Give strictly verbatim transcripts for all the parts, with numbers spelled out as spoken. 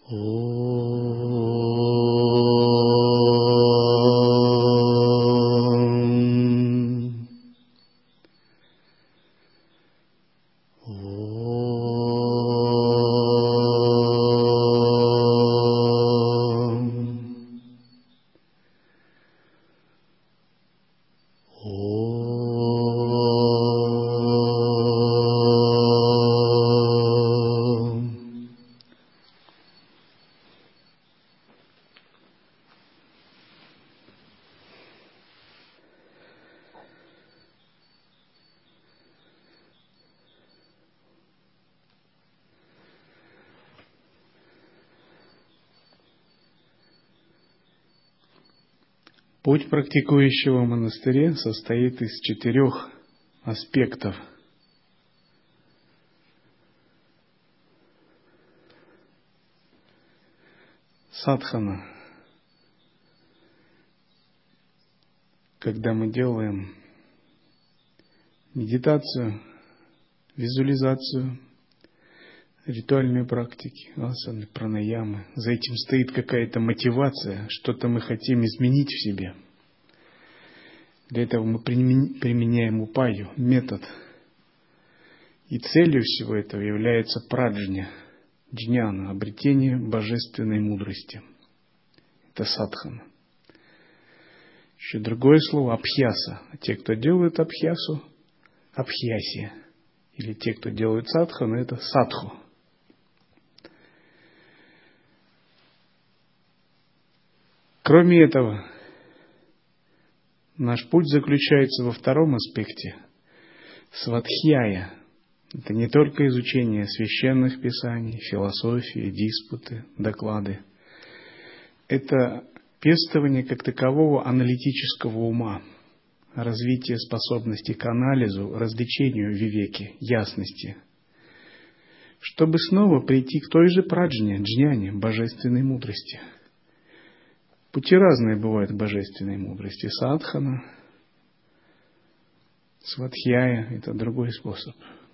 Путь практикующего в монастыре состоит из четырех аспектов. Садхана. Когда мы делаем медитацию, визуализацию, ритуальные практики, асаны, пранаямы. За этим стоит какая-то мотивация, что-то мы хотим изменить в себе. Для этого мы применяем упаю, метод. И целью всего этого является праджня, джняна, обретение божественной мудрости. Это садхана. Еще другое слово абхьяса. А те, кто делают абхьясу, абхьяси. Или те, кто делают садхану, это садху. Кроме этого, наш путь заключается во втором аспекте – свадхьяя. Это не только изучение священных писаний, философии, диспуты, доклады. Это пестование как такового аналитического ума, развитие способности к анализу, развлечению вивеки, ясности, чтобы снова прийти к той же праджне, джняне, божественной мудрости. Пути разные бывают к божественной мудрости. Садхана, свадхьяя – это другой способ.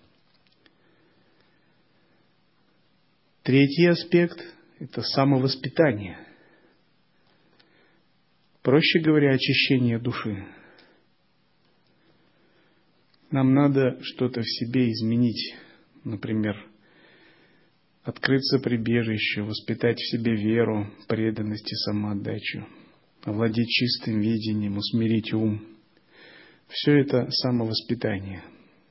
Третий аспект – это самовоспитание. Проще говоря, очищение души. Нам надо что-то в себе изменить. Например, открыться прибежищу, воспитать в себе веру, преданность и самоотдачу, овладеть чистым видением, усмирить ум. Все это самовоспитание.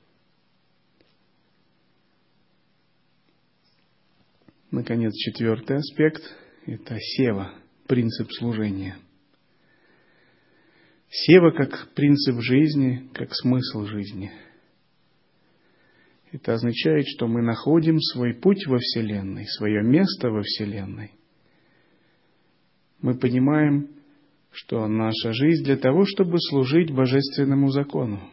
Наконец, четвертый аспект – это сева, принцип служения. Сева как принцип жизни, как смысл жизни. Это означает, что мы находим свой путь во Вселенной, свое место во Вселенной. Мы понимаем, что наша жизнь для того, чтобы служить божественному закону.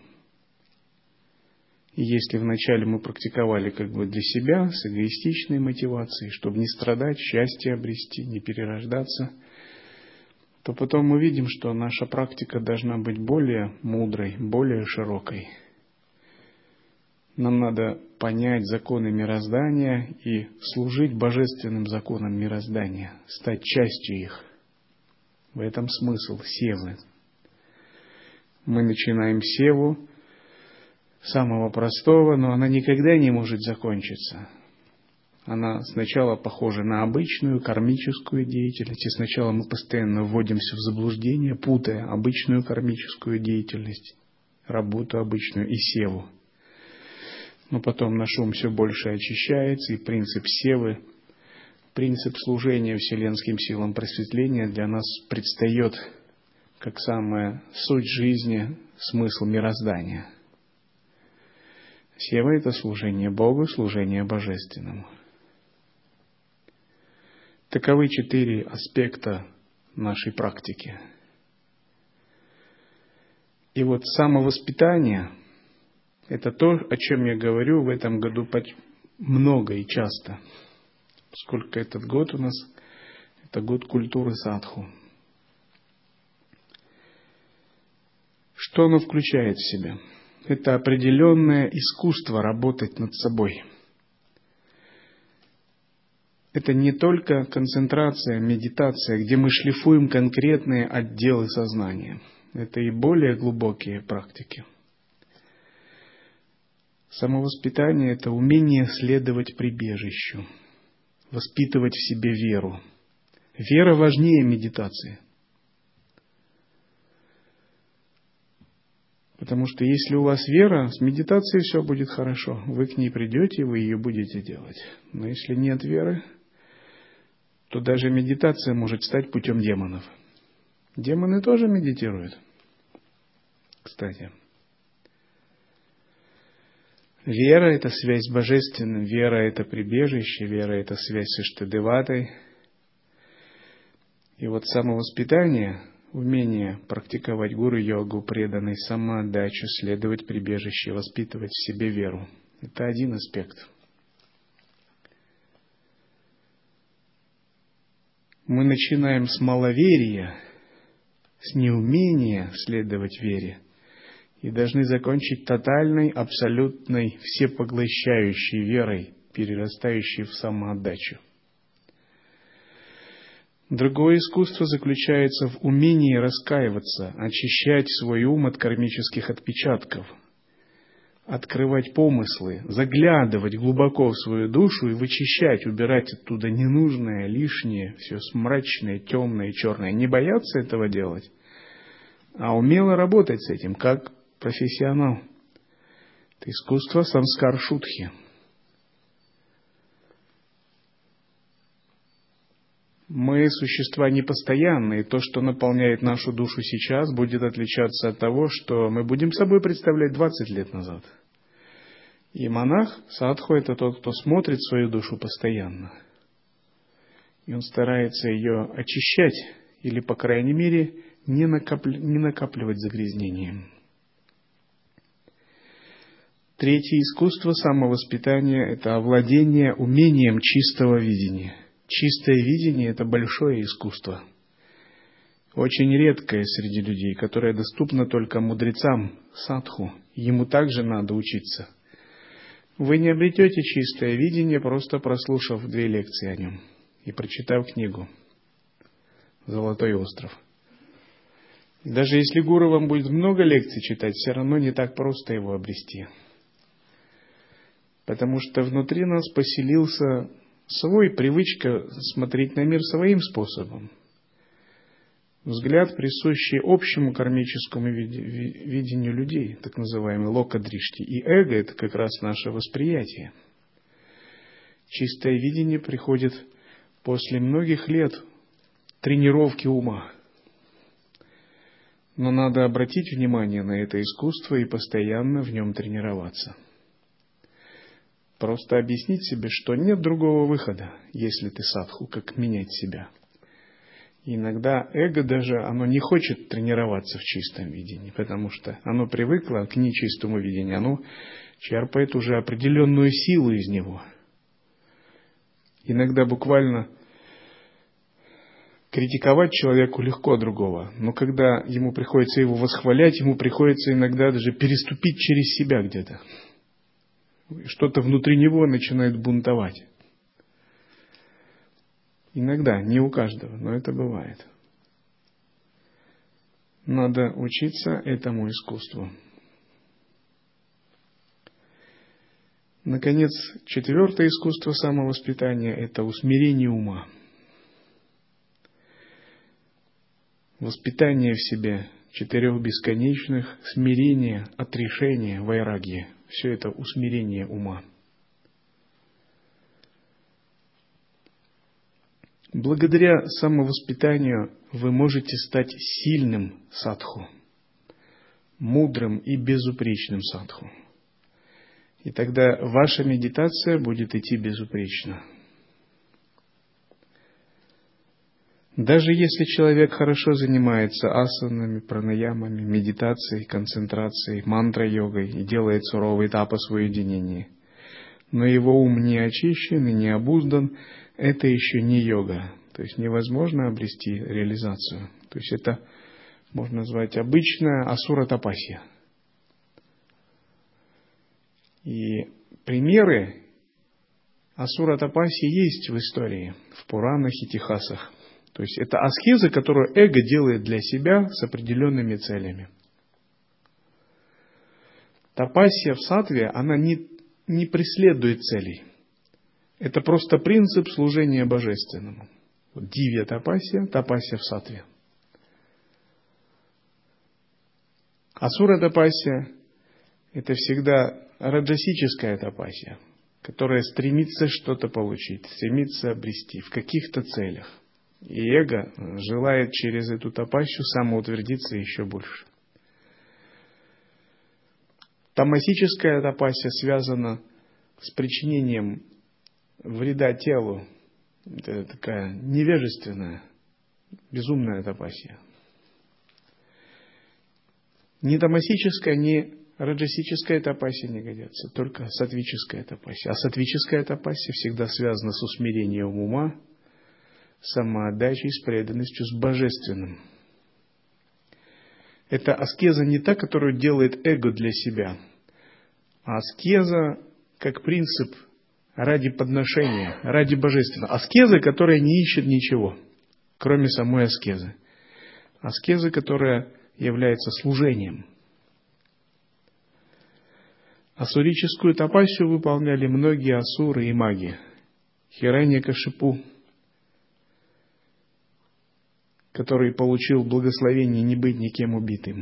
И если вначале мы практиковали как бы для себя, с эгоистичной мотивацией, чтобы не страдать, счастье обрести, не перерождаться, то потом мы видим, что наша практика должна быть более мудрой, более широкой. Нам надо понять законы мироздания и служить божественным законам мироздания, стать частью их. В этом смысл севы. Мы начинаем севу самого простого, но она никогда не может закончиться. Она сначала похожа на обычную кармическую деятельность, и сначала мы постоянно вводимся в заблуждение, путая обычную кармическую деятельность, работу обычную и севу. Но потом наш ум все больше очищается, и принцип севы, принцип служения вселенским силам просветления для нас предстает как самая суть жизни, смысл мироздания. Сева – это служение Богу, служение Божественному. Таковы четыре аспекта нашей практики. И вот самовоспитание – это то, о чем я говорю в этом году много и часто, поскольку этот год у нас – это год культуры садху. Что оно включает в себя? Это определенное искусство работать над собой. это не только концентрация, медитация, где мы шлифуем конкретные отделы сознания. Это и более глубокие практики. Самовоспитание – это умение следовать прибежищу, воспитывать в себе веру. Вера важнее медитации. Потому что если у вас вера, с медитацией все будет хорошо. Вы к ней придете, вы ее будете делать. Но если нет веры, то даже медитация может стать путем демонов. Демоны тоже медитируют, кстати. Вера – это связь с Божественным, вера – это прибежище, вера – это связь с Иштадеватой. И вот самовоспитание, умение практиковать гуру-йогу, преданность, самоотдачу, следовать прибежище, воспитывать в себе веру – это один аспект. Мы начинаем с маловерия, с неумения следовать вере, и должны закончить тотальной, абсолютной, всепоглощающей верой, перерастающей в самоотдачу. Другое искусство заключается в умении раскаиваться, очищать свой ум от кармических отпечатков, открывать помыслы, заглядывать глубоко в свою душу и вычищать, убирать оттуда ненужное, лишнее, все мрачное, темное, черное. Не бояться этого делать, а умело работать с этим, как профессионал. Это искусство самскар-шудхи. Мы существа непостоянные. То, что наполняет нашу душу сейчас, будет отличаться от того, что мы будем собой представлять двадцать лет назад. И монах, садху, это тот, кто смотрит свою душу постоянно. И он старается ее очищать, или, по крайней мере, не, накапли, не накапливать загрязнением. Третье искусство самовоспитания – это овладение умением чистого видения. Чистое видение – это большое искусство, очень редкое среди людей, которое доступно только мудрецам, садху. Ему также надо учиться. Вы не обретете чистое видение, просто прослушав две лекции о нем и прочитав книгу «Золотой остров». Даже если гуру вам будет много лекций читать, все равно не так просто его обрести. Потому что внутри нас поселился свой привычка смотреть на мир своим способом. Взгляд, присущий общему кармическому видению людей, так называемый лока-дришти. И эго – это как раз наше восприятие. Чистое видение приходит после многих лет тренировки ума. Но надо обратить внимание на это искусство и постоянно в нем тренироваться. Просто объяснить себе, что нет другого выхода, если ты садху, как менять себя. И иногда эго даже, оно не хочет тренироваться в чистом видении, потому что оно привыкло к нечистому видению, оно черпает уже определенную силу из него. Иногда буквально критиковать человеку легко другого, но когда ему приходится его восхвалять, ему приходится иногда даже переступить через себя где-то. Что-то внутри него начинает бунтовать. Иногда, не у каждого, но это бывает. Надо учиться этому искусству. Наконец, четвертое искусство самовоспитания – это усмирение ума. Воспитание в себе четырех бесконечных, смирение, отрешение, вайрагья. Все это усмирение ума. Благодаря самовоспитанию вы можете стать сильным садху, мудрым и безупречным садху. И тогда ваша медитация будет идти безупречно. Даже если человек хорошо занимается асанами, пранаямами, медитацией, концентрацией, мантра-йогой и делает суровый тапас в уединении, но его ум не очищен и не обуздан, это еще не йога. То есть невозможно обрести реализацию. То есть это можно назвать обычная асура-тапасия. И примеры асура тапасия есть в истории, в Пуранах и Тихасах. То есть это аскеза, которую эго делает для себя с определенными целями. Тапасия в саттве, она не, не преследует целей. Это просто принцип служения божественному. Дивья тапасия, тапасия в саттве. Асура тапасия – это всегда раджасическая тапасия, которая стремится что-то получить, стремится обрести в каких-то целях. И эго желает через эту тапасию самоутвердиться еще больше. Тамасическая тапасия связана с причинением вреда телу. Это такая невежественная, безумная тапасия. Ни тамасическая, ни раджасическая тапасия не годятся, только сатвическая тапасия. А сатвическая тапасия всегда связана с усмирением ума, самоотдачей, с преданностью, с божественным. Это аскеза не та, которую делает эго для себя, а аскеза как принцип ради подношения, ради божественного. Аскеза, которая не ищет ничего, кроме самой аскезы. Аскеза, которая является служением. Асурическую тапасию выполняли многие асуры и маги. Хираньякашипу, который получил благословение не быть никем убитым,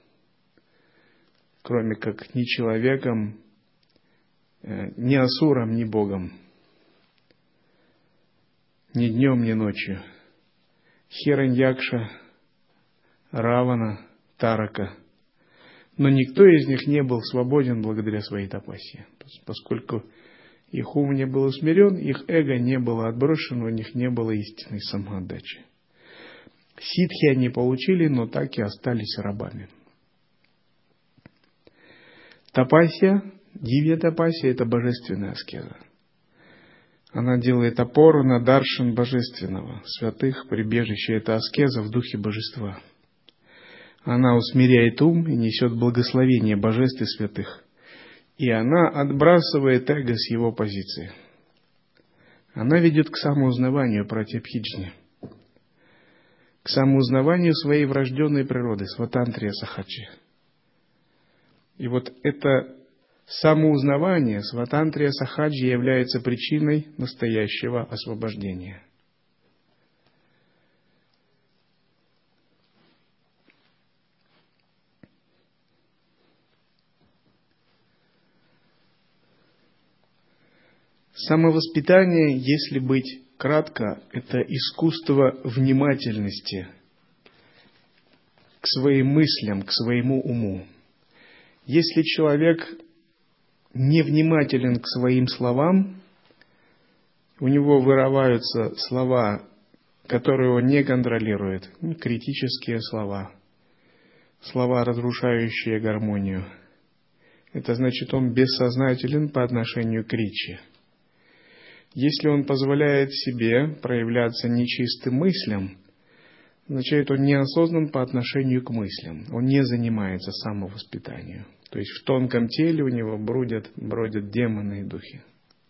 кроме как ни человеком, ни асуром, ни богом, ни днем, ни ночью. Хираньякша, Равана, Тарака. Но никто из них не был свободен благодаря своей тапасии, поскольку их ум не был усмирен, их эго не было отброшено, у них не было истинной самоотдачи. Ситхи они получили, но так и остались рабами. Тапасия, дивья тапасия – это божественная аскеза. Она делает опору на даршан божественного, святых, прибежище. Это аскеза в духе божества. Она усмиряет ум и несет благословение божеств и святых. И она отбрасывает эго с его позиции. Она ведет к самоузнаванию пратьябхиджни, к самоузнаванию своей врожденной природы, сватантрия сахаджи. И вот это самоузнавание, сватантрия сахаджи, является причиной настоящего освобождения. Самовоспитание, если быть кратко, это искусство внимательности к своим мыслям, к своему уму. Если человек невнимателен к своим словам, у него вырываются слова, которые он не контролирует, критические слова, слова, разрушающие гармонию. Это значит, он бессознателен по отношению к речи. Если он позволяет себе проявляться нечистым мыслям, означает, он неосознан по отношению к мыслям. Он не занимается самовоспитанием. То есть в тонком теле у него бродят, бродят демоны и духи.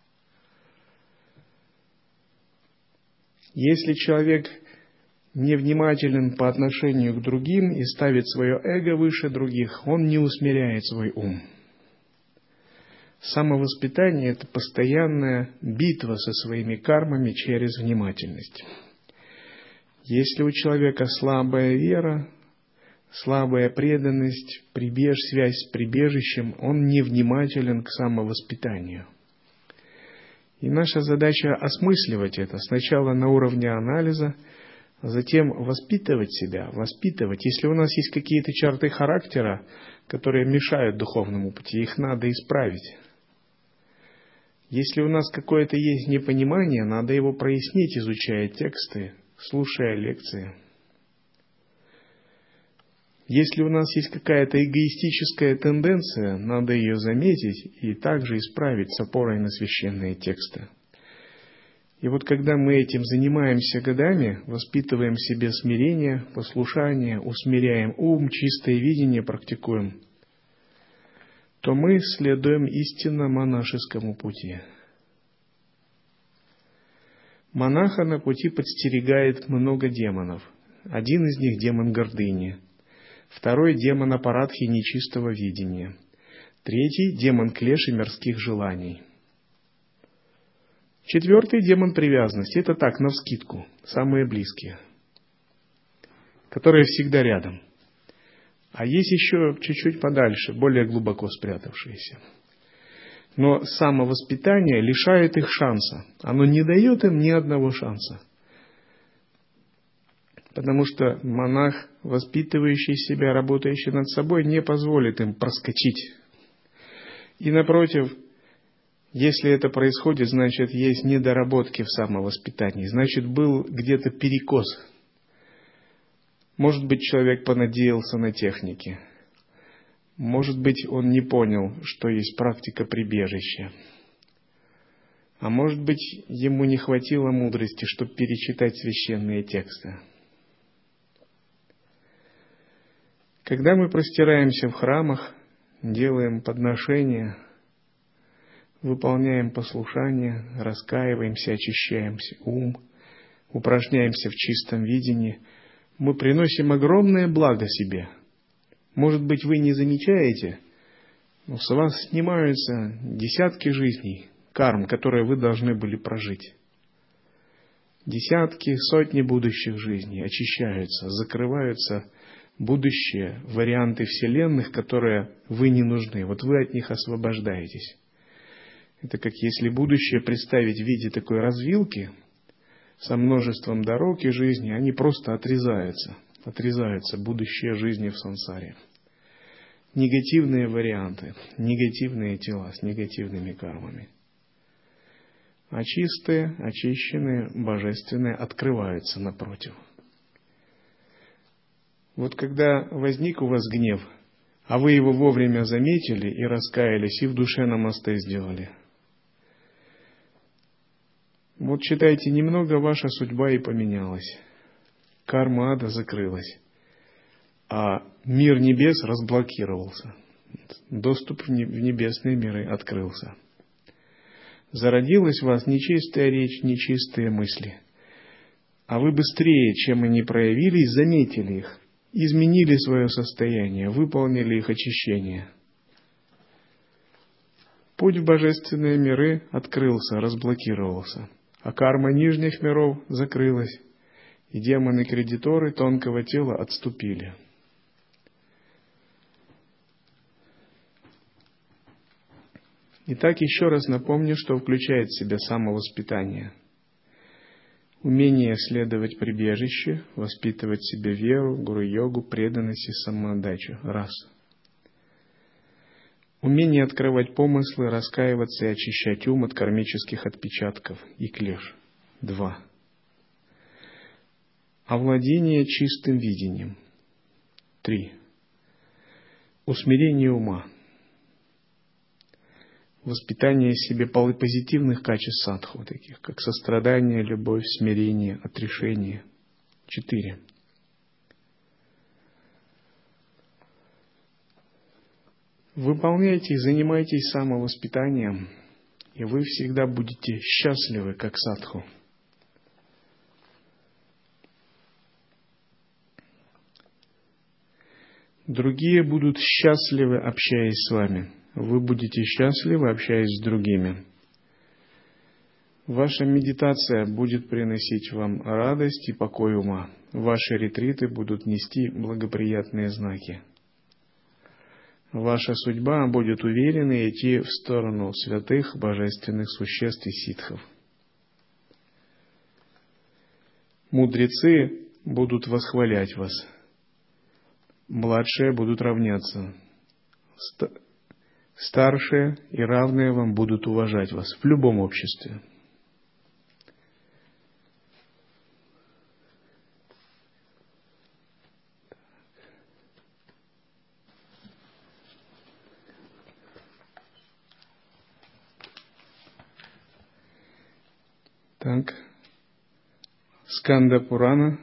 Если человек невнимателен по отношению к другим и ставит свое эго выше других, он не усмиряет свой ум. Самовоспитание – это постоянная битва со своими кармами через внимательность. Если у человека слабая вера, слабая преданность, прибеж, связь с прибежищем, он невнимателен к самовоспитанию. И наша задача осмысливать это сначала на уровне анализа, а затем воспитывать себя, воспитывать. Если у нас есть какие-то черты характера, которые мешают духовному пути, их надо исправить. Если у нас какое-то есть непонимание, надо его прояснить, изучая тексты, слушая лекции. Если у нас есть какая-то эгоистическая тенденция, надо ее заметить и также исправить с опорой на священные тексты. И вот когда мы этим занимаемся годами, воспитываем в себе смирение, послушание, усмиряем ум, чистое видение практикуем, то мы следуем истинно монашескому пути. Монаха на пути подстерегает много демонов. Один из них — демон гордыни. Второй — демон апаратхи нечистого видения. Третий — демон клеши мирских желаний. Четвертый — демон привязанности. Это так, навскидку, самые близкие, которые всегда рядом. А есть еще чуть-чуть подальше, более глубоко спрятавшиеся. Но самовоспитание лишает их шанса. Оно не дает им ни одного шанса. Потому что монах, воспитывающий себя, работающий над собой, не позволит им проскочить. И напротив, если это происходит, значит, есть недоработки в самовоспитании. Значит, был где-то перекос. Может быть, человек понадеялся на техники. Может быть, он не понял, что есть практика прибежища. А может быть, ему не хватило мудрости, чтобы перечитать священные тексты. Когда мы простираемся в храмах, делаем подношения, выполняем послушание, раскаиваемся, очищаем ум, упражняемся в чистом видении, мы приносим огромное благо себе. Может быть, вы не замечаете, но с вас снимаются десятки жизней, карм, которые вы должны были прожить. Десятки, сотни будущих жизней очищаются, закрываются будущие варианты вселенных, которые вы не нужны. Вот вы от них освобождаетесь. Это как если будущее представить в виде такой развилки со множеством дорог и жизней, они просто отрезаются. Отрезаются будущие жизни в сансаре. Негативные варианты, негативные тела с негативными кармами. А чистые, очищенные, божественные открываются напротив. Вот когда возник у вас гнев, а вы его вовремя заметили и раскаялись, и в душе намасте сделали. Вот считайте, немного ваша судьба и поменялась. Карма ада закрылась, а мир небес разблокировался. Доступ в небесные миры открылся. Зародилась в вас нечистая речь, нечистые мысли. А вы быстрее, чем они проявились, заметили их, изменили свое состояние, выполнили их очищение. Путь в божественные миры открылся, разблокировался, а карма нижних миров закрылась, и демоны-кредиторы тонкого тела отступили. Итак, еще раз напомню, что включает в себя самовоспитание. Умение следовать прибежищу, воспитывать в себе веру, гуру-йогу, преданность и самоотдачу. Раз. Умение открывать помыслы, раскаиваться и очищать ум от кармических отпечатков и клеш. Два. Овладение чистым видением. Три. Усмирение ума. Воспитание в себе позитивных качеств садху, таких как сострадание, любовь, смирение, отрешение. Четыре. Выполняйте и занимайтесь самовоспитанием, и вы всегда будете счастливы, как садху. Другие будут счастливы, общаясь с вами. Вы будете счастливы, общаясь с другими. Ваша медитация будет приносить вам радость и покой ума. Ваши ретриты будут нести благоприятные знаки. Ваша судьба будет уверенно идти в сторону святых, божественных существ и ситхов. Мудрецы будут восхвалять вас. Младшие будут равняться. Старшие и равные вам будут уважать вас в любом обществе. Так. Сканда Пурана.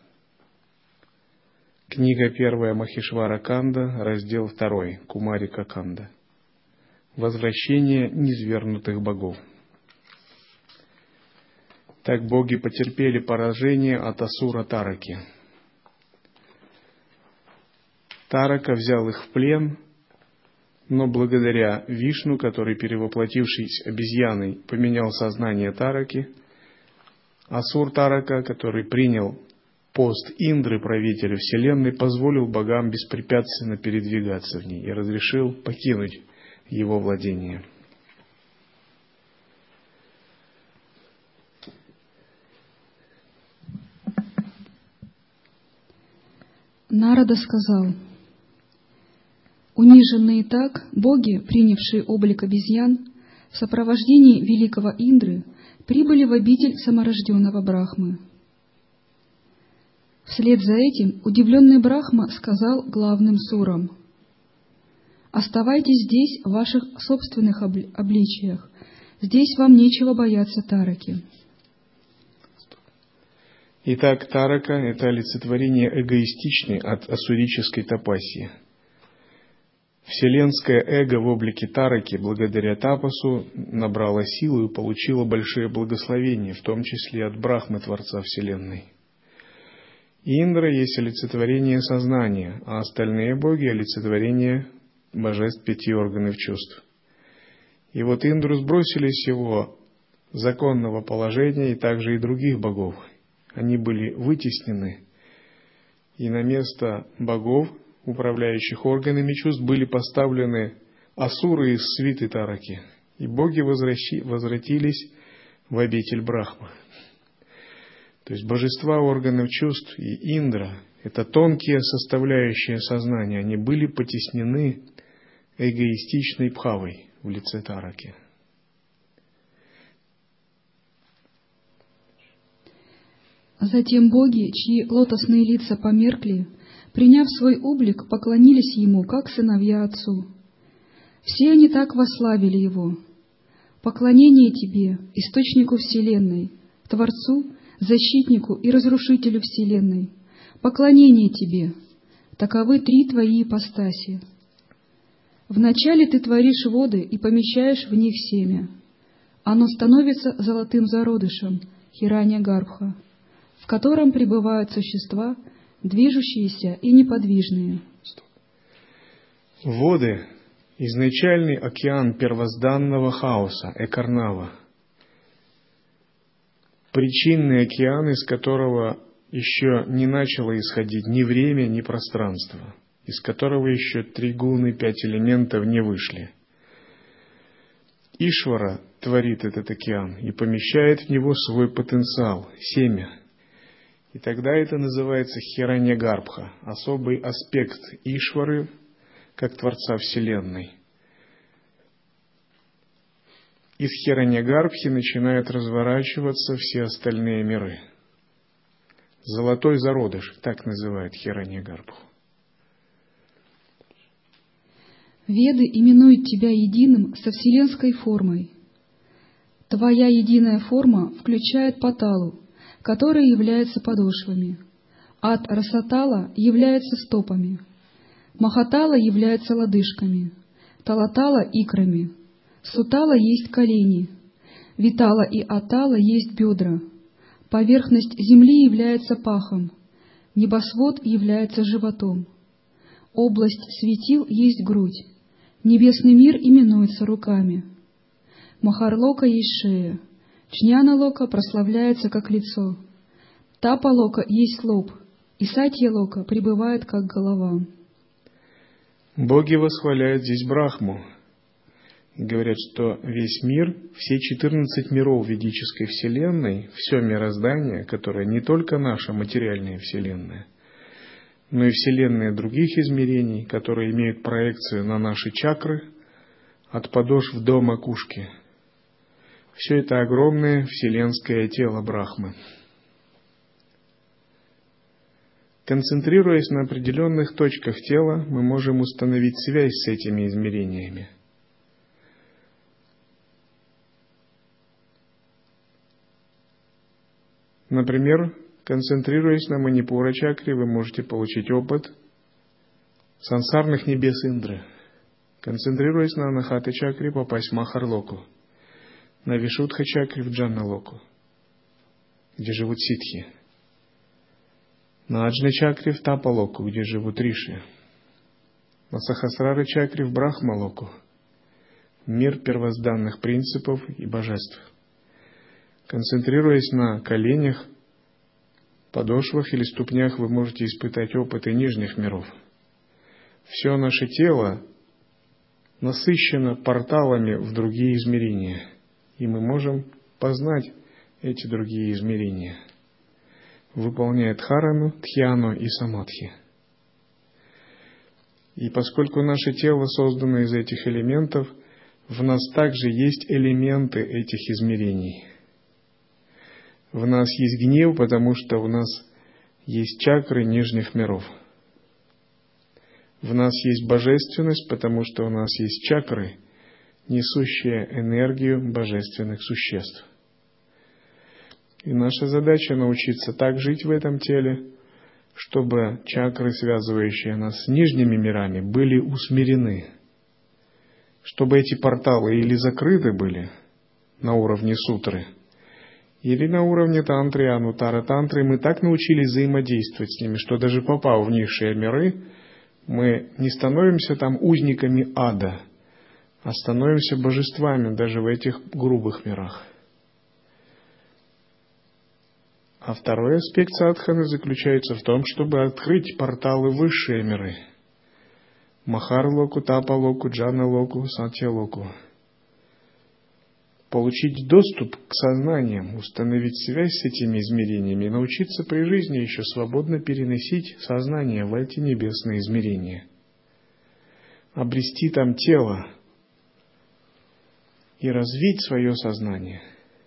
Книга первая Махишвара Канда, раздел второй Кумарика Канда. Возвращение низвергнутых богов. Так боги потерпели поражение от Асура Тараки. Тарака взял их в плен, но благодаря Вишну, который, перевоплотившись обезьяной, поменял сознание Тараки, Асур Тарака, который принял пост Индры, правителя Вселенной, позволил богам беспрепятственно передвигаться в ней и разрешил покинуть его владение. Нарада сказал: униженные так, боги, принявшие облик обезьян, в сопровождении великого Индры, прибыли в обитель саморожденного Брахмы. Вслед за этим удивленный Брахма сказал главным сурам: «Оставайтесь здесь в ваших собственных обли- обличиях, здесь вам нечего бояться Тараки». Итак, Тарака — это олицетворение эгоистичной от ассурической тапасии. Вселенское эго в облике Тараки благодаря тапасу набрало силу и получило большие благословения, в том числе от Брахмы, Творца Вселенной. Индра есть олицетворение сознания, а остальные боги — олицетворение божеств пяти органов чувств. И вот Индру сбросили с его законного положения и также и других богов. Они были вытеснены, и на место богов, управляющих органами чувств, были поставлены асуры из свиты Тараки, и боги возвращи, возвратились в обитель Брахмы. То есть божества органов чувств и Индра — это тонкие составляющие сознания, они были потеснены эгоистичной Бхавой в лице Тараки. Затем боги, чьи лотосные лица померкли, приняв свой облик, поклонились ему, как сыновья отцу. Все они так восславили его. Поклонение тебе, источнику вселенной, Творцу, защитнику и разрушителю вселенной. Поклонение тебе. Таковы три твои ипостаси. Вначале ты творишь воды и помещаешь в них семя. Оно становится золотым зародышем, Хиранья-гарбха, в котором пребывают существа, движущиеся и неподвижные. Воды — изначальный океан первозданного хаоса, Экарнава. Причинный океан, из которого еще не начало исходить ни время, ни пространство, из которого еще три гуны, пять элементов не вышли. Ишвара творит этот океан и помещает в него свой потенциал, семя. И тогда это называется Хиранья-гарбха, особый аспект Ишвары, как Творца Вселенной. Из Хиранья-гарбхи начинают разворачиваться все остальные миры. Золотой зародыш, так называют Хиранья-гарбху. Веды именуют тебя единым со вселенской формой. Твоя единая форма включает Паталу, которые являются подошвами. Ад Расатала является стопами. Махатала является лодыжками. Талатала — икрами. Сутала есть колени. Витала и Атала есть бедра. Поверхность земли является пахом. Небосвод является животом. Область светил есть грудь. Небесный мир именуется руками. Махарлока есть шея. Чняна-лока прославляется как лицо. Тапа-лока есть лоб, и Сатья-лока пребывает как голова. Боги восхваляют здесь Брахму и говорят, что весь мир, все четырнадцать миров ведической вселенной, все мироздание, которое не только наша материальная вселенная, но и вселенные других измерений, которые имеют проекцию на наши чакры, от подошв до макушки. Все это огромное вселенское тело Брахмы. Концентрируясь на определенных точках тела, мы можем установить связь с этими измерениями. Например, концентрируясь на Манипура-чакре, вы можете получить опыт сансарных небес Индры. Концентрируясь на Анахата-чакре, попасть в Махарлоку. На Вишудха-чакре в Джанна-локу. где живут ситхи. На Аджна-чакре в Тапа-локу, где живут риши. На Сахасрара-чакре в Брахма-локу, мир первозданных принципов и божеств. Концентрируясь на коленях, подошвах или ступнях, вы можете испытать опыты нижних миров. Все наше тело насыщено порталами в другие измерения, и мы можем познать эти другие измерения, выполняя дхарану, дхьяну и самадхи. И поскольку наше тело создано из этих элементов, в нас также есть элементы этих измерений. В нас есть гнев, потому что у нас есть чакры нижних миров. В нас есть божественность, потому что у нас есть чакры, несущие энергию божественных существ. И наша задача научиться так жить в этом теле, чтобы чакры, связывающие нас с нижними мирами, были усмирены. Чтобы эти порталы или закрыты были на уровне сутры, или на уровне тантры, анутара тантры, мы так научились взаимодействовать с ними, что даже попав в низшие миры, мы не становимся там узниками ада, а становимся божествами даже в этих грубых мирах. А второй аспект садханы заключается в том, чтобы открыть порталы в высшие миры. Махар-локу, Тапа-локу, Джана-локу, Сатья-локу. Получить доступ к сознаниям, установить связь с этими измерениями и научиться при жизни еще свободно переносить сознание в эти небесные измерения. Обрести там тело и развить свое сознание.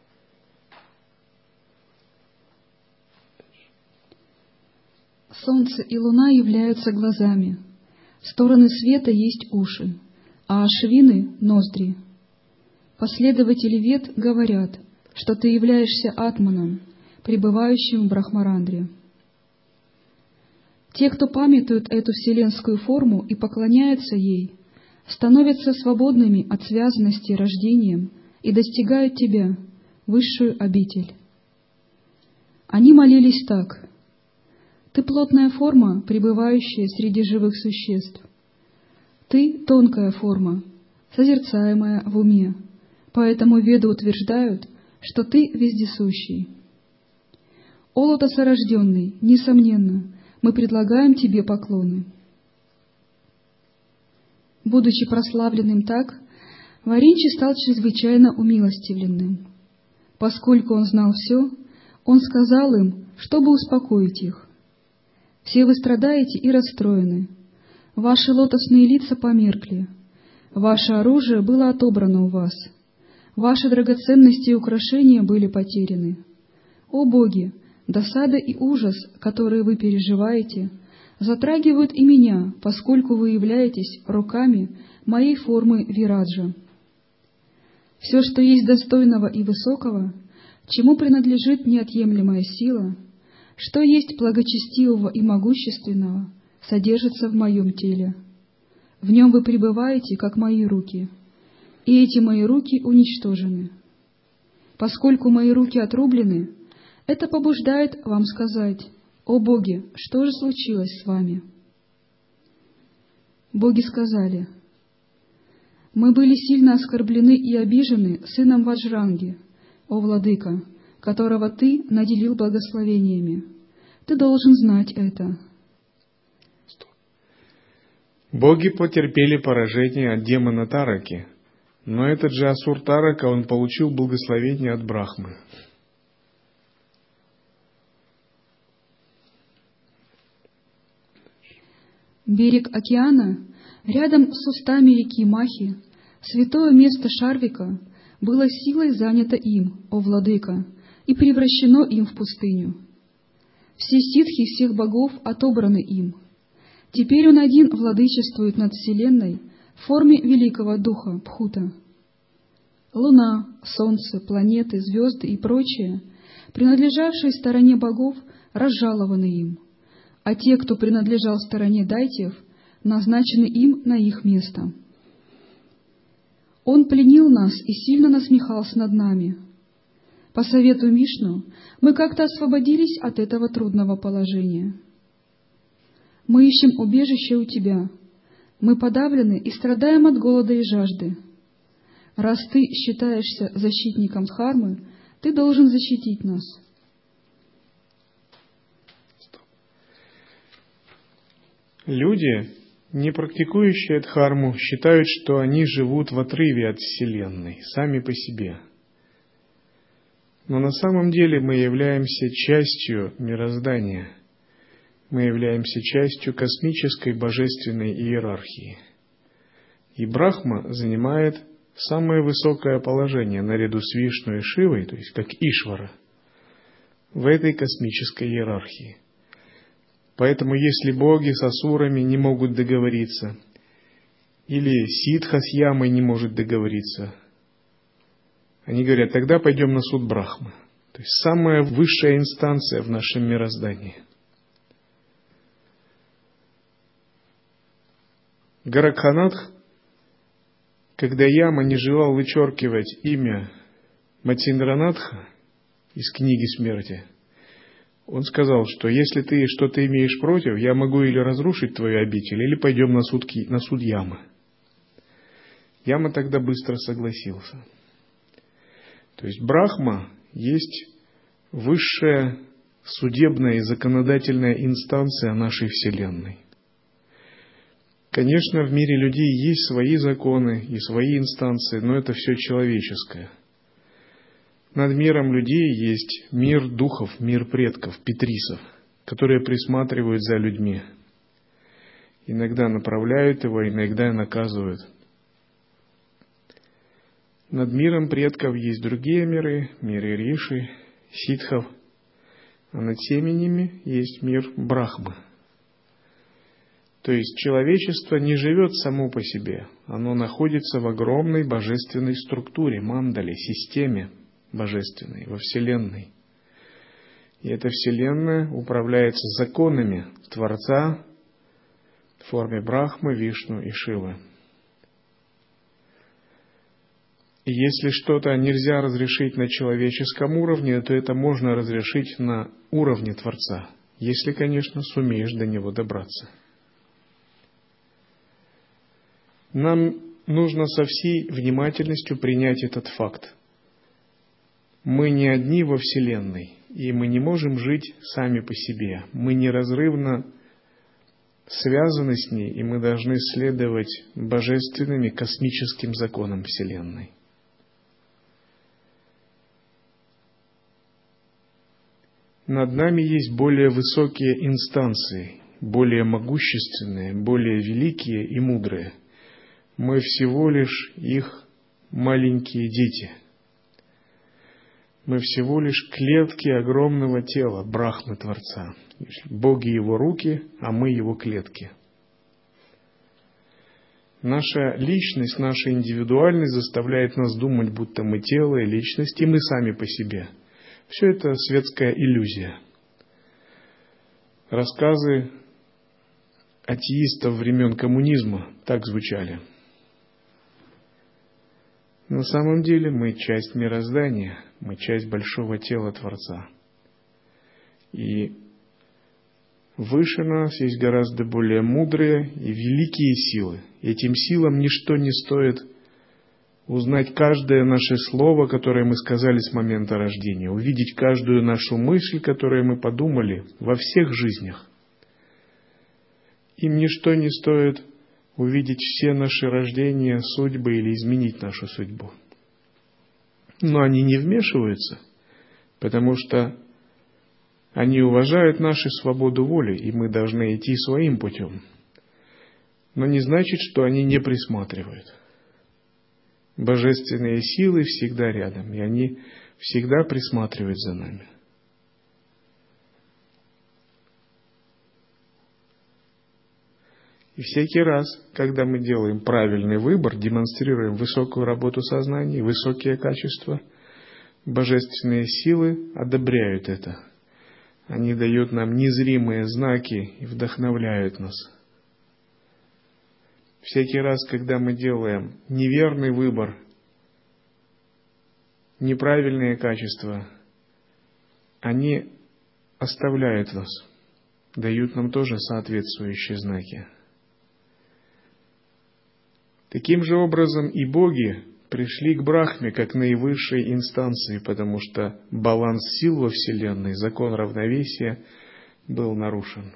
Солнце и луна являются глазами, стороны света есть уши, а ашвины — ноздри. Последователи Вед говорят, что ты являешься атманом, пребывающим в Брахмарандре. Те, кто памятуют эту вселенскую форму и поклоняются ей, становятся свободными от связанности рождением и достигают тебя, высшую обитель. Они молились так: «Ты плотная форма, пребывающая среди живых существ. Ты тонкая форма, созерцаемая в уме, поэтому Веды утверждают, что ты вездесущий. О лотосорожденный, несомненно, мы предлагаем тебе поклоны». Будучи прославленным так, Варинчи стал чрезвычайно умилостивленным. Поскольку он знал все, он сказал им, чтобы успокоить их: «Все вы страдаете и расстроены. Ваши лотосные лица померкли. Ваше оружие было отобрано у вас. Ваши драгоценности и украшения были потеряны. О боги, досада и ужас, которые вы переживаете, затрагивают и меня, поскольку вы являетесь руками моей формы Вираджа. Все, что есть достойного и высокого, чему принадлежит неотъемлемая сила, что есть благочестивого и могущественного, содержится в моем теле. В нем вы пребываете, как мои руки, и эти мои руки уничтожены. Поскольку мои руки отрублены, это побуждает вам сказать: «О боги, что же случилось с вами?» Боги сказали: «Мы были сильно оскорблены и обижены сыном Ваджранги, о владыка, которого ты наделил благословениями. Ты должен знать это». Боги потерпели поражение от демона Тараки, но этот же асур Тарака, он получил благословение от Брахмы. Берег океана, рядом с устами реки Махи, святое место Шарвика, было силой занято им, о владыка, и превращено им в пустыню. Все ситхи всех богов отобраны им. Теперь он один владычествует над вселенной в форме великого духа Пхута. Луна, солнце, планеты, звезды и прочее, принадлежавшие стороне богов, разжалованы им, а те, кто принадлежал стороне дайтьев, назначены им на их место. Он пленил нас и сильно насмехался над нами. По совету Вишну мы как-то освободились от этого трудного положения. Мы ищем убежище у Тебя. Мы подавлены и страдаем от голода и жажды. Раз Ты считаешься защитником Дхармы, Ты должен защитить нас. Люди, не практикующие дхарму, считают, что они живут в отрыве от Вселенной, сами по себе. Но на самом деле мы являемся частью мироздания. Мы являемся частью космической божественной иерархии. И Брахма занимает самое высокое положение наряду с Вишну и Шивой, то есть как Ишвара, в этой космической иерархии. Поэтому если боги с асурами не могут договориться, или ситха с ямой не может договориться, они говорят, тогда пойдем на суд Брахмы. То есть самая высшая инстанция в нашем мироздании. Горакханатх, когда Яма не желал вычеркивать имя Матиндранатха из книги смерти, он сказал, что если ты что-то имеешь против, я могу или разрушить твою обитель, или пойдем на суд, на суд Ямы. Яма тогда быстро согласился. То есть Брахма есть высшая судебная и законодательная инстанция нашей Вселенной. Конечно, в мире людей есть свои законы и свои инстанции, но это все человеческое. Над миром людей есть мир духов, мир предков, питрисов, которые присматривают за людьми. Иногда направляют его, иногда наказывают. Над миром предков есть другие миры, миры риши, ситхов, а над всеми ними есть мир Брахмы. То есть человечество не живет само по себе, оно находится в огромной божественной структуре, мандале, системе божественной, во Вселенной. И эта Вселенная управляется законами Творца в форме Брахмы, Вишну и Шивы. И если что-то нельзя разрешить на человеческом уровне, то это можно разрешить на уровне Творца, если, конечно, сумеешь до него добраться. Нам нужно со всей внимательностью принять этот факт. Мы не одни во Вселенной, и мы не можем жить сами по себе. Мы неразрывно связаны с ней, и мы должны следовать божественным и космическим законам Вселенной. Над нами есть более высокие инстанции, более могущественные, более великие и мудрые. Мы всего лишь их маленькие дети. Мы всего лишь клетки огромного тела Брахмы Творца. Боги его руки, а мы его клетки. Наша личность, наша индивидуальность заставляет нас думать, будто мы тело и личность, и мы сами по себе. Все это светская иллюзия. Рассказы атеистов времен коммунизма так звучали. На самом деле мы часть мироздания, мы часть большого тела Творца. И выше нас есть гораздо более мудрые и великие силы. Этим силам ничто не стоит узнать каждое наше слово, которое мы сказали с момента рождения, увидеть каждую нашу мысль, которую мы подумали во всех жизнях. Им ничто не стоит увидеть все наши рождения, судьбы или изменить нашу судьбу. Но они не вмешиваются, потому что они уважают нашу свободу воли, и мы должны идти своим путем. Но не значит, что они не присматривают. Божественные силы всегда рядом, и они всегда присматривают за нами. И всякий раз, когда мы делаем правильный выбор, демонстрируем высокую работу сознания, высокие качества, божественные силы одобряют это. Они дают нам незримые знаки и вдохновляют нас. Всякий раз, когда мы делаем неверный выбор неправильные качества, они оставляют вас, дают нам тоже соответствующие знаки. Таким же образом и боги пришли к Брахме как наивысшей инстанции, потому что баланс сил во Вселенной, закон равновесия был нарушен.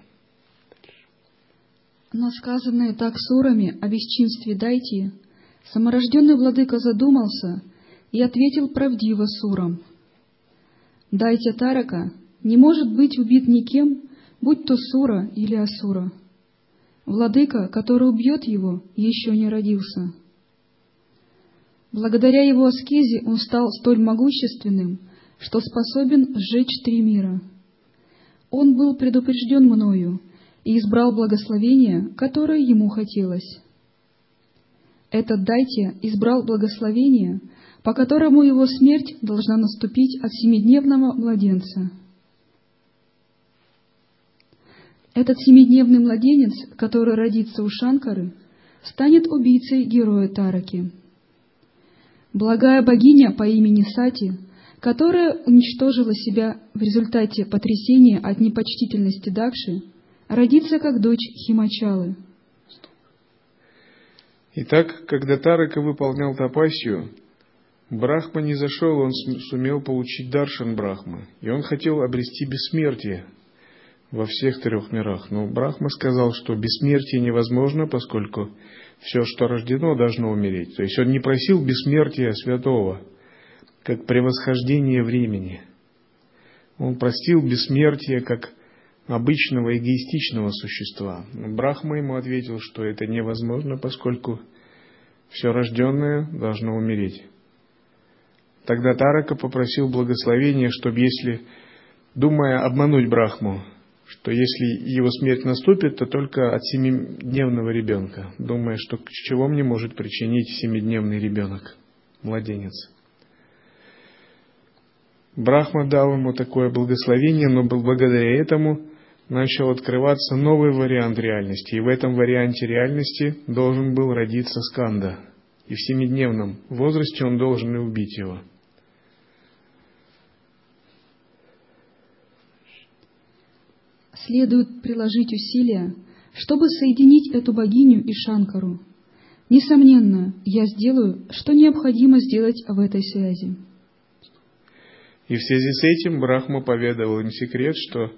Но сказанное так сурами о бесчинстве Дайти, саморожденный владыка задумался и ответил правдиво сурам: Дайтя Тарака не может быть убит никем, будь то сура или асура. Владыка, который убьет его, еще не родился. Благодаря его аскезе он стал столь могущественным, что способен сжечь три мира. Он был предупрежден мною и избрал благословение, которое ему хотелось. Этот Дайтя избрал благословение, по которому его смерть должна наступить от семидневного младенца. Этот семидневный младенец, который родится у Шанкары, станет убийцей героя Тараки. Благая богиня по имени Сати, которая уничтожила себя в результате потрясения от непочтительности Дакши, родится как дочь Химачалы. Итак, когда Тарака выполнял тапасию, Брахма не зашел, он сумел получить даршан Брахмы, и он хотел обрести бессмертие во всех трех мирах. Но Брахма сказал, что бессмертие невозможно, поскольку все, что рождено, должно умереть. То есть он не просил бессмертия святого, как превосхождение времени. Он просил бессмертия как обычного эгоистичного существа. Но Брахма ему ответил, что это невозможно, поскольку все рожденное должно умереть. Тогда Тарака попросил благословения, чтобы, если, думая обмануть Брахму, что если его смерть наступит, то только от семидневного ребенка, думая, что чего мне может причинить семидневный ребенок, младенец. Брахма дал ему такое благословение, но благодаря этому начал открываться новый вариант реальности. И в этом варианте реальности должен был родиться Сканда. И в семидневном возрасте он должен и убить его. Следует приложить усилия, чтобы соединить эту богиню и Шанкару. Несомненно, я сделаю, что необходимо сделать в этой связи. И в связи с этим Брахма поведал им секрет, что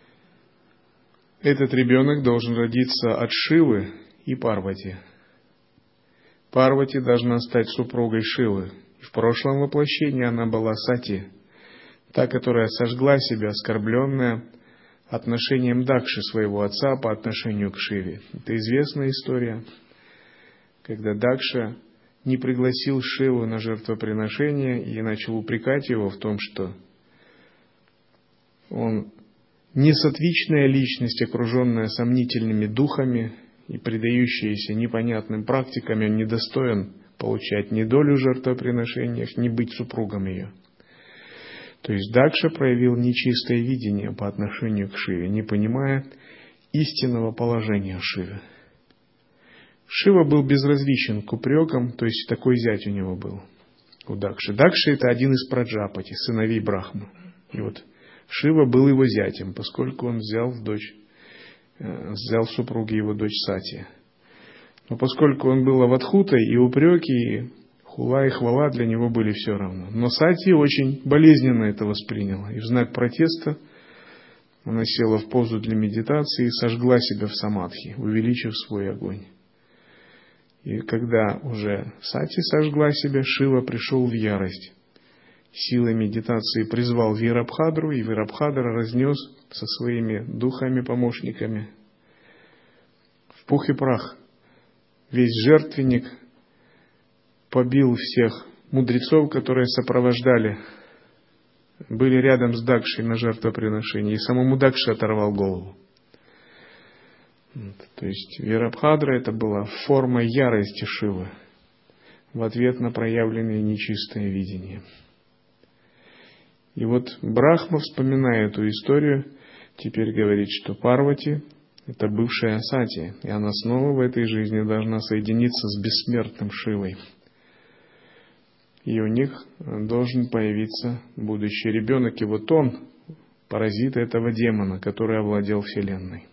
этот ребенок должен родиться от Шивы и Парвати. Парвати должна стать супругой Шивы. И в прошлом воплощении она была Сати, та, которая сожгла себя, оскорбленная отношением Дакши, своего отца, по отношению к Шиве. Это известная история, когда Дакша не пригласил Шиву на жертвоприношение и начал упрекать его в том, что он несатвичная личность, окруженная сомнительными духами и предающаяся непонятным практикам, он недостоин получать ни долю в жертвоприношениях, ни быть супругом ее. То есть Дакша проявил нечистое видение по отношению к Шиве, не понимая истинного положения Шивы. Шива был безразличен к упрекам, то есть такой зять у него был, у Дакши. Дакши — это один из праджапати, сыновей Брахмы. И вот Шива был его зятем, поскольку он взял в дочь, взял в супруги его дочь Сати. Но поскольку он был аватхутой, и упреки, и хула, и хвала для него были все равно. Но Сати очень болезненно это восприняла, и в знак протеста она села в позу для медитации и сожгла себя в самадхи, увеличив свой огонь. И когда уже Сати сожгла себя, Шива пришел в ярость. Силой медитации призвал Вирабхадру, и Вирабхадра разнес со своими духами-помощниками в пух и прах весь жертвенник, побил всех мудрецов, которые сопровождали, были рядом с Дакшей на жертвоприношении, и самому Дакше оторвал голову. То есть Вирабхадра — это была форма ярости Шивы в ответ на проявленное нечистое видение. И вот Брахма, вспоминая эту историю, теперь говорит, что Парвати — это бывшая Сати, и она снова в этой жизни должна соединиться с бессмертным Шивой. и у них должен появиться будущий ребенок. И вот он паразит этого демона, который овладел Вселенной.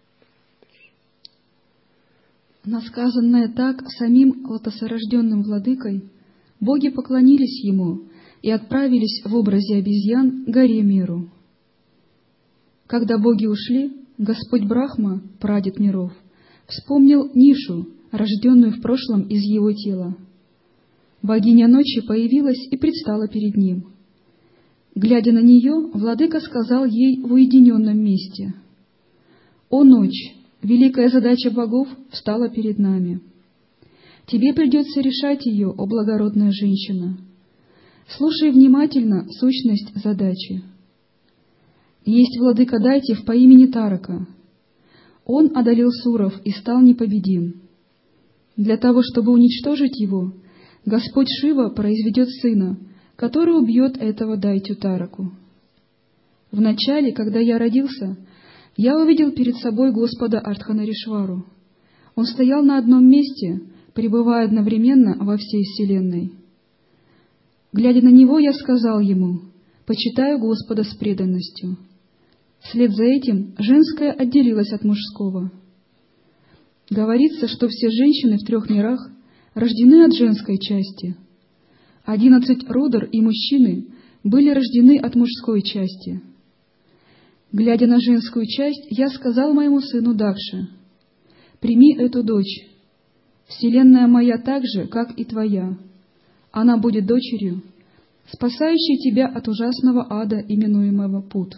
На сказанное так самим лотосорожденным владыкой, боги поклонились ему и отправились в образе обезьян к горе Меру. Когда боги ушли, Господь Брахма, прадед миров, вспомнил Нишу, рожденную в прошлом из его тела. Богиня ночи появилась и предстала перед ним. Глядя на нее, владыка сказал ей в уединенном месте: «О ночь, великая задача богов встала перед нами. Тебе придется решать ее, о благородная женщина. Слушай внимательно сущность задачи. Есть владыка Дайтев по имени Тарака. Он одолел суров и стал непобедим. Для того, чтобы уничтожить его, Господь Шива произведет сына, который убьет этого Дайтю Тараку. Вначале, когда я родился, я увидел перед собой Господа Ардханаришвару. Он стоял на одном месте, пребывая одновременно во всей Вселенной. Глядя на него, я сказал ему: «Почитаю Господа с преданностью». Вслед за этим женское отделилось от мужского. Говорится, что все женщины в трех мирах рождены от женской части. Одиннадцать Рудр и мужчины были рождены от мужской части. Глядя на женскую часть, я сказал моему сыну Дакше: «Прими эту дочь. Вселенная моя так же, как и твоя. Она будет дочерью, спасающей тебя от ужасного ада, именуемого Пут».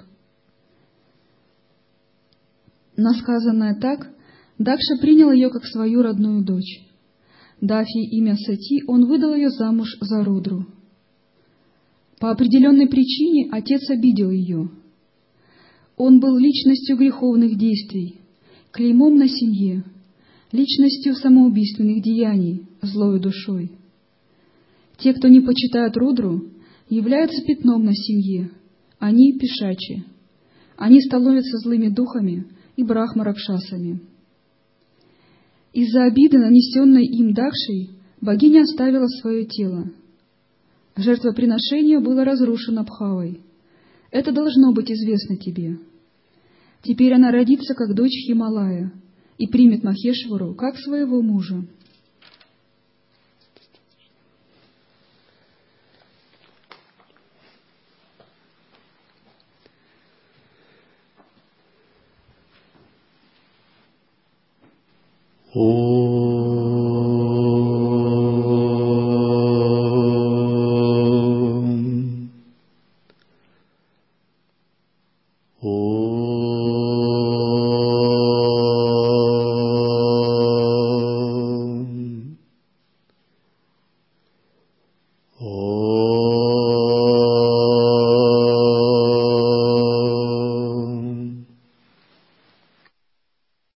На сказанное так, Дакша принял ее как свою родную дочь. Дав ей имя Сати, он выдал ее замуж за Рудру. По определенной причине отец обидел ее. Он был личностью греховных действий, клеймом на семье, личностью самоубийственных деяний, злою душой. Те, кто не почитают Рудру, являются пятном на семье. Они пешачи. Они становятся злыми духами и брахма-ракшасами. Из-за обиды, нанесенной им Дакшей, богиня оставила свое тело. Жертвоприношение было разрушено Бхавой. Это должно быть известно тебе. Теперь она родится как дочь Хималая и примет Махешвару как своего мужа. Om.